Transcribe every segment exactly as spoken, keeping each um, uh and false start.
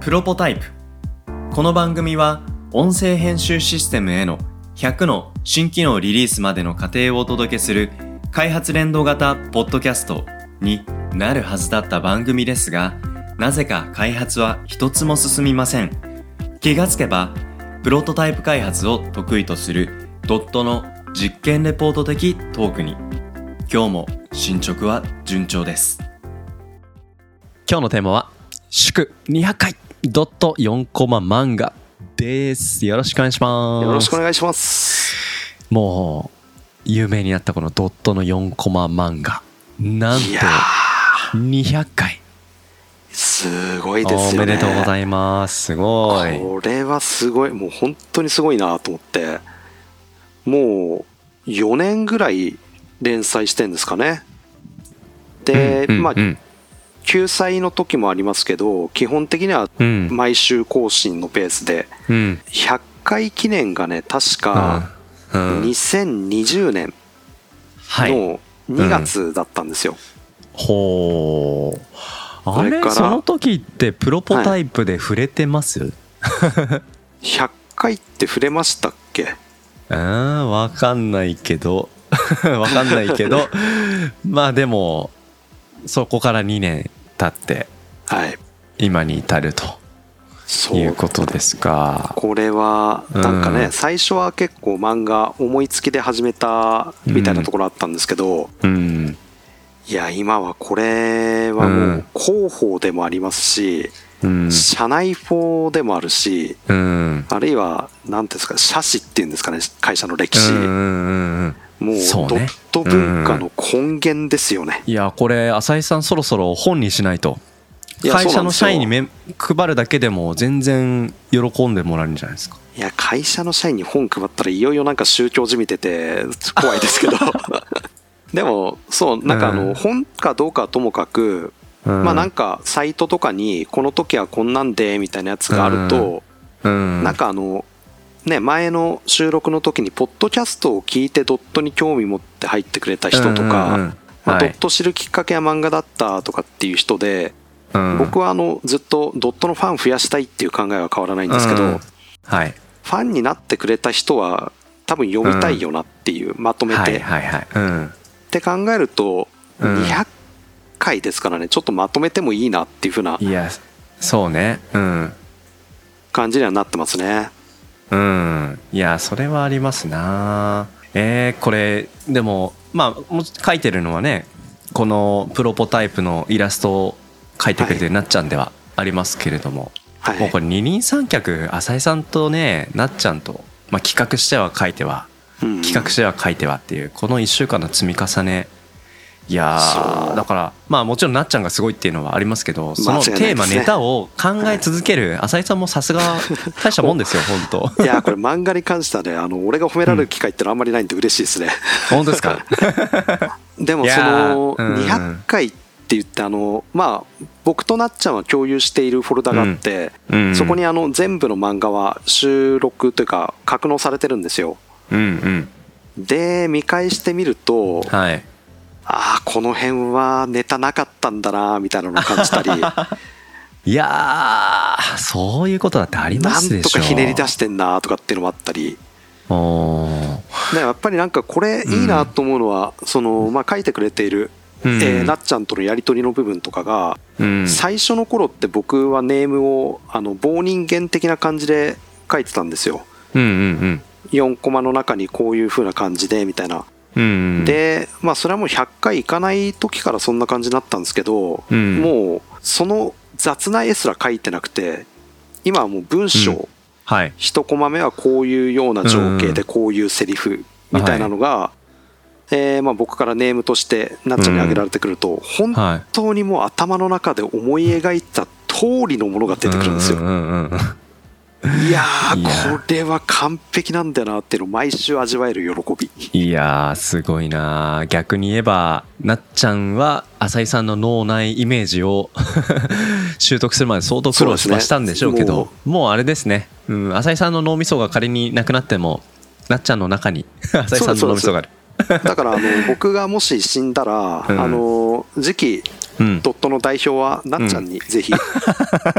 プロポタイプ。この番組は音声編集システムへのひゃくの新機能リリースまでの過程をお届けする開発連動型ポッドキャストになるはずだった番組ですが、なぜか開発は一つも進みません。気がつけばプロトタイプ開発を得意とするドットの実験レポート的トークに、今日も進捗は順調です。今日のテーマは祝にひゃっかいドットよんコマ漫画です。よろしくお願いします。 よろしくお願いします。 もう有名になったこのドットのよんコマ漫画、なんとにひゃっかい。 すごいですよね。 おめでとうございます。すごい。 これはすごい、もう本当にすごいなと思って、もうよねんぐらい連載してんですかね。で、うんうんうん、まあ救済の時もありますけど、基本的には毎週更新のペースで、うん、ひゃっかい記念がね、確かにせんにじゅうねんのにがつだったんですよ。 はい、うん、ほう。あれ、その時ってプロポタイプで触れてます？ はい、ひゃっかいって触れましたっけ？ あー、わかんないけどわかんないけどまあでもそこからにねん経って、はい、今に至るということですか。 これはなんかね、うん、最初は結構漫画思いつきで始めたみたいなところあったんですけど、うんうん、いや今はこれはもう広報でもありますし、うん、社内報でもあるし、うん、あるいは何ていうんですか、社史っていうんですかね、会社の歴史、うんうんうん、もうドット文化の根源ですよね。 いやこれ浅井さんそろそろ本にしないと。会社の社員にめ配るだけでも全然喜んでもらえるんじゃないですか。 いや会社の社員に本配ったらいよいよなんか宗教じみてて怖いですけどでもそうなんかあの本かどうかはともかく、まあなんかサイトとかにこの時はこんなんでみたいなやつがあると、なんかあのね、前の収録の時にポッドキャストを聞いてドットに興味持って入ってくれた人とか、まあ、ドット知るきっかけは漫画だったとかっていう人で、僕はあのずっとドットのファン増やしたいっていう考えは変わらないんですけど、はい、ファンになってくれた人は多分読みたいよなっていう、まとめてって考えるとにひゃっかいですからね、ちょっとまとめてもいいなっていう風な、 いやそうね、うん、 感じにはなってますね。 うん、いやそれはありますな。えー、これでもまあ書いてるのはね、このプロポタイプのイラストを描いてくれてるなっちゃんではありますけれども、はい、もうこれ二人三脚浅井さんとねなっちゃんと、まあ、企画しては書いては、うん、企画しては書いてはっていうこのいっしゅうかんの積み重ね、いやだからまあもちろんなっちゃんがすごいっていうのはありますけど、そのテーマネタを考え続ける浅井さんもさすが大したもんですよ本当。 いやこれ漫画に関してはね、あの俺が褒められる機会ってのはあんまりないんで嬉しいですね、 うん、本当ですかでもそのにひゃっかいって言ってあのまあ僕となっちゃんは共有しているフォルダがあって、うんうん、そこにあの全部の漫画は収録というか格納されてるんですよ、うんうん、で見返してみると、はい、ああこの辺はネタなかったんだなみたいなのを感じたりいやーそういうことだってありますでしょ。 なんとかひねり出してんなとかっていうのもあったり、でやっぱりなんかこれいいなと思うのは、うん、そのまあ書いてくれている、うんえー、なっちゃんとのやり取りの部分とかが、うん、最初の頃って僕はネームをあの棒人間的な感じで書いてたんですよ、うんうんうん、よんコマの中にこういう風な感じでみたいな、うん、でまあそれはもうひゃっかいいかない時からそんな感じになったんですけど、うん、もうその雑な絵すら書いてなくて、今はもう文章、うんはい、いちコマ目はこういうような情景でこういうセリフみたいなのが、はいえーまあ、僕からネームとしてなっちゃんに挙げられてくると、うん、本当にもう頭の中で思い描いた通りのものが出てくるんですよ。うんうんうんうんいやーこれは完璧なんだよなっていうのを毎週味わえる喜び。 いやーすごいな。逆に言えばなっちゃんは浅井さんの脳内イメージを習得するまで相当苦労しましたんでしょうけど、もう、もうあれですね、うん、浅井さんの脳みそが仮になくなってもなっちゃんの中に浅井さんの脳みそがある。 だからあの僕がもし死んだら、うん、あの次期ドットの代表はなっちゃんにぜひ、うん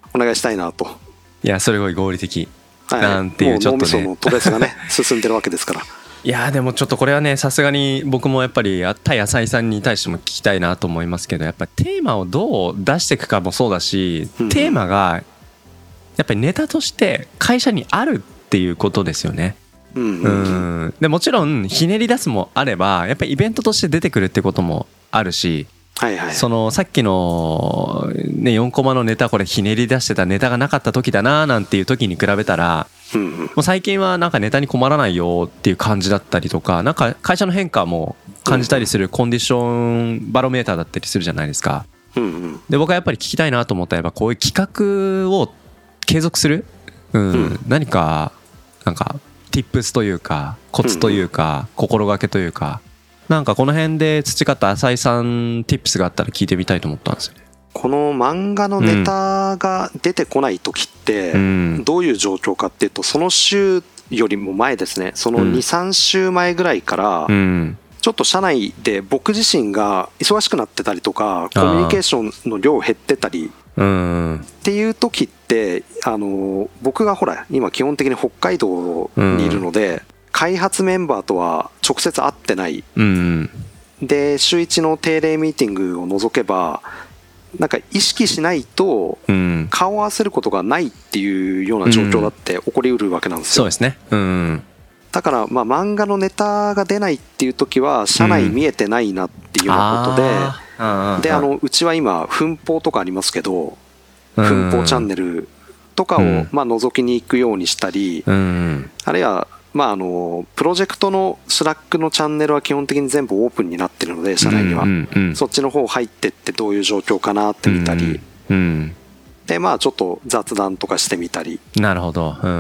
お願いしたいなと。 いやそれごい合理的、 はい、 なんていうちょっとねもう脳みそのトレースがね進んでるわけですから。 いやでもちょっとこれはねさすがに僕もやっぱり対浅井さんに対しても聞きたいなと思いますけど、やっぱりテーマをどう出していくかもそうだし、うん、テーマがやっぱりネタとして会社にあるっていうことですよね。うんうんうん、でもちろんひねり出すもあればやっぱりイベントとして出てくるってこともあるし、はいはい、そのさっきの、ね、よんコマのネタこれひねり出してたネタがなかった時だななんていう時に比べたら、うんうん、もう最近はなんかネタに困らないよっていう感じだったりとか、なんか会社の変化も感じたりするコンディションバロメーターだったりするじゃないですか、うんうん、で僕はやっぱり聞きたいなと思ったらやっぱこういう企画を継続する、うんうん、何かなんか tips というかコツというか心がけというか、なんかこの辺で培った浅井さん tips があったら聞いてみたいと思ったんですよね。 この漫画のネタが出てこない時ってどういう状況かっていうと、その週よりも前ですね、その にさん 週前ぐらいからちょっと社内で僕自身が忙しくなってたりとかコミュニケーションの量減ってたりっていう時って、あの僕がほら今基本的に北海道にいるので開発メンバーとは直接会ってない、で週いちの定例ミーティングを除けばなんか意識しないと顔を合わせることがないっていうような状況だって起こりうるわけなんですよ。 そうですね。うん。 だからまあ漫画のネタが出ないっていう時は社内見えてないなっていうようなことで、であのうちは今奮法とかありますけど、奮法チャンネルとかをまあ覗きに行くようにしたり、あるいはまあ、あのプロジェクトのスラックのチャンネルは基本的に全部オープンになってるので社内には、うんうんうん、そっちの方入ってってどういう状況かなって見たり、うんうん、でまあちょっと雑談とかしてみたり、 なるほど、うん、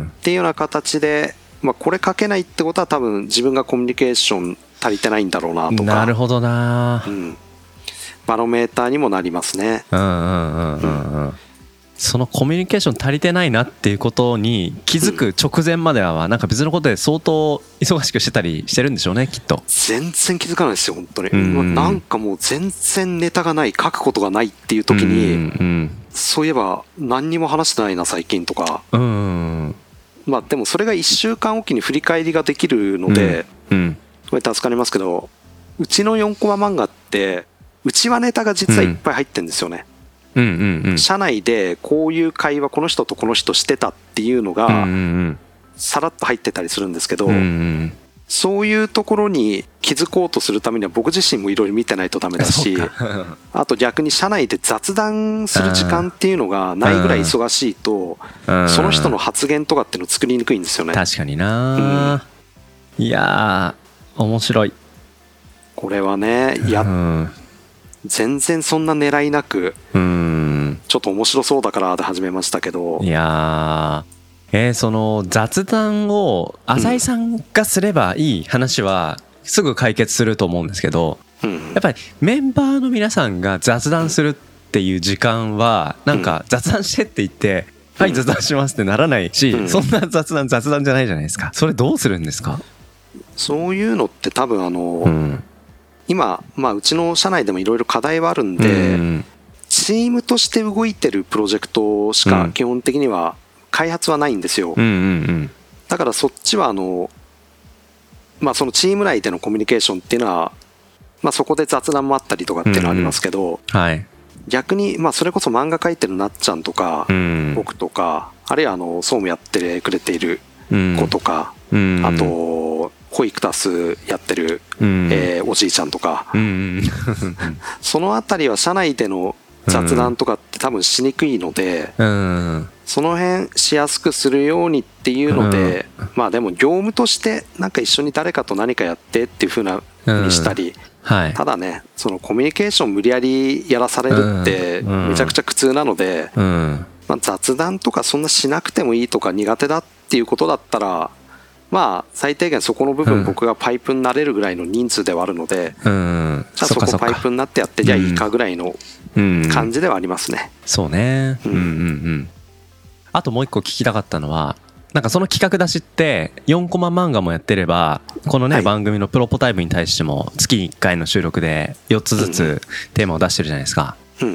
っていうような形で、まあ、これ書けないってことは多分自分がコミュニケーション足りてないんだろうなとか、 なるほどな、 うん、バロメーターにもなりますね。うんうんうんうん、うん、 そのコミュニケーション足りてないなっていうことに気づく直前まではなんか別のことで相当忙しくしてたりしてるんでしょうね、きっと。 全然気づかないですよ本当に、うん、なんかもう全然ネタがない、書くことがないっていう時に、うんうん、そういえば何にも話してないな最近とか、うん、まあでもそれがいっしゅうかんおきに振り返りができるので、うんうん、これ助かりますけど、うちのよんコマ漫画ってうちわネタが実はいっぱい入ってるんですよね、うんうんうん、社内でこういう会話この人とこの人してたっていうのがさらっと入ってたりするんですけど、うんうん、そういうところに気づこうとするためには僕自身もいろいろ見てないとダメだしあと逆に社内で雑談する時間っていうのがないぐらい忙しいとその人の発言とかっていうのを作りにくいんですよね。 確かにな、うん、いやー面白いこれはね。や、うん、全然そんな狙いなく、うん、ちょっと面白そうだからで始めましたけど、 いやー、えー、その雑談を浅井さんがすればいい話はすぐ解決すると思うんですけど、うん、やっぱりメンバーの皆さんが雑談するっていう時間はなんか雑談してって言って、うん、はい雑談しますってならないし、うん、そんな雑談雑談じゃないじゃないですか。それどうするんですか？ そういうのって多分あの、うん、今、まあ、うちの社内でもいろいろ課題はあるんで、うん、チームとして動いてるプロジェクトしか基本的には開発はないんですよ、うんうんうん、だからそっちはあの、まあ、そのチーム内でのコミュニケーションっていうのは、まあ、そこで雑談もあったりとかっていうのはありますけど、うんうんはい、逆にまあそれこそ漫画描いてるなっちゃんとか、うん、僕とかあるいはあの総務やってくれている子とか、うん、あと保育タスやってる、うんえー、おじいちゃんとか、うん、そのあたりは社内での雑談とかって多分しにくいので、うん、その辺しやすくするようにっていうので、うん、まあでも業務としてなんか一緒に誰かと何かやってっていう風なにしたり、うんはい、ただねそのコミュニケーション無理やりやらされるってめちゃくちゃ苦痛なので、うんまあ、雑談とかそんなしなくてもいいとか苦手だっていうことだったらまあ最低限そこの部分僕がパイプになれるぐらいの人数ではあるので、うん、じゃあそこパイプになってやってじゃあいいかぐらいの感じではありますね、 うん、そうね、うんうんうん、あともう一個聞きたかったのはなんかその企画出しってよんコマ漫画もやってればこのね、はい、番組のプロポタイプに対しても月いっかいの収録でよっつずつテーマを出してるじゃないですか、うんうん、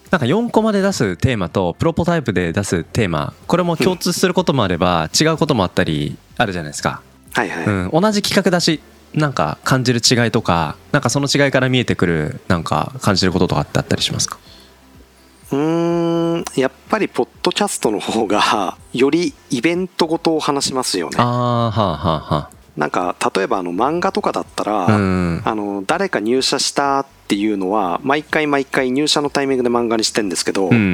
なんかよんコマで出すテーマとプロトタイプで出すテーマ、これも共通することもあれば違うこともあったりあるじゃないですか。 はいはい、 うん、同じ企画だしなんか感じる違いとか、なんかその違いから見えてくるなんか感じることとかってあったりしますか？ うーんやっぱりポッドキャストの方がよりイベントごとを話しますよね。 あーはあはあはあ。 なんか例えばあの漫画とかだったら、 うん、 あの誰か入社したっていうのは毎回毎回入社のタイミングで漫画にしてるんですけど、 うんうんうん、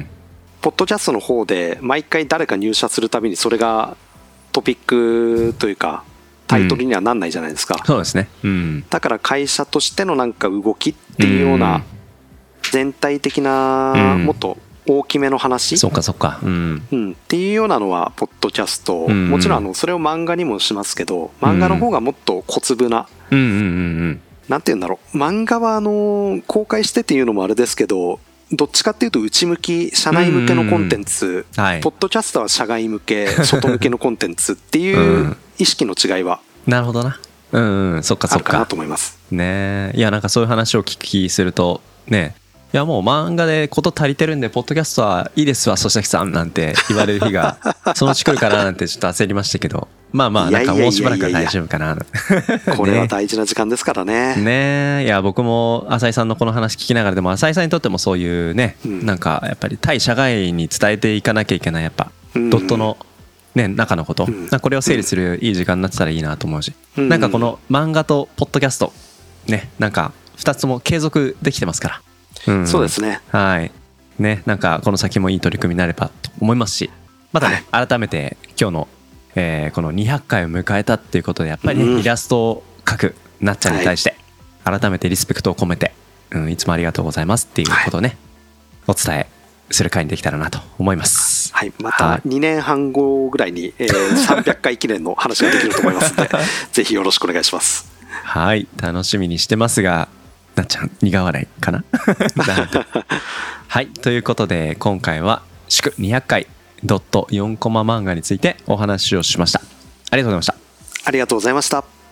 ポッドキャストの方で毎回誰か入社するたびにそれがトピックというかタイトルにはなんないじゃないですか、 うん、そうですね、うん、 だから会社としてのなんか動きっていうような全体的なもっと大きめの話、 そうかそうか、うんうん、っていうようなのはポッドキャスト、もちろんあのそれを漫画にもしますけど、漫画の方がもっと小粒な、 うんうんうんうん、 なんていうんだろう、漫画はあの公開してっていうのもあれですけど、どっちかっていうと内向き社内向けのコンテンツ、 はい、 ポッドキャストは社外向け外向けのコンテンツっていう意識の違いは、 うん、なるほどな、うんうん、そっかそっか、 あるかなと思いますね。いやなんかそういう話を聞きするとね、いやもう漫画でこと足りてるんでポッドキャストはいいですわ粗崎さんなんて言われる日がそのうち来るかななんてちょっと焦りましたけど、まあまあなんかもうしばらくは大丈夫かな。 これは大事な時間ですからね。 ね、いや僕も浅井さんのこの話聞きながら、でも浅井さんにとってもそういうね、うん、なんかやっぱり対社外に伝えていかなきゃいけないやっぱドットのね中のこと、うん、これを整理するいい時間になってたらいいなと思うし、うん、なんかこの漫画とポッドキャストね、なんかふたつとも継続できてますから。うん、 そうですね。 はいね、なんかこの先もいい取り組みになればと思いますし、またね、はい、改めて今日の、えー、このにひゃっかいを迎えたっていうことでやっぱりね、うん、イラストを描くなっちゃんに対して改めてリスペクトを込めて、うん、いつもありがとうございますっていうことをね、はい、お伝えする回にできたらなと思います。 はい、またにねんはんごぐらいに、えー、さんびゃっかい記念の話ができると思いますのでぜひよろしくお願いします。 はい、楽しみにしてますが、なっちゃん苦笑いかなはい、ということで今回は祝にひゃっかいドットよんコマ漫画についてお話をしました。ありがとうございました。 ありがとうございました。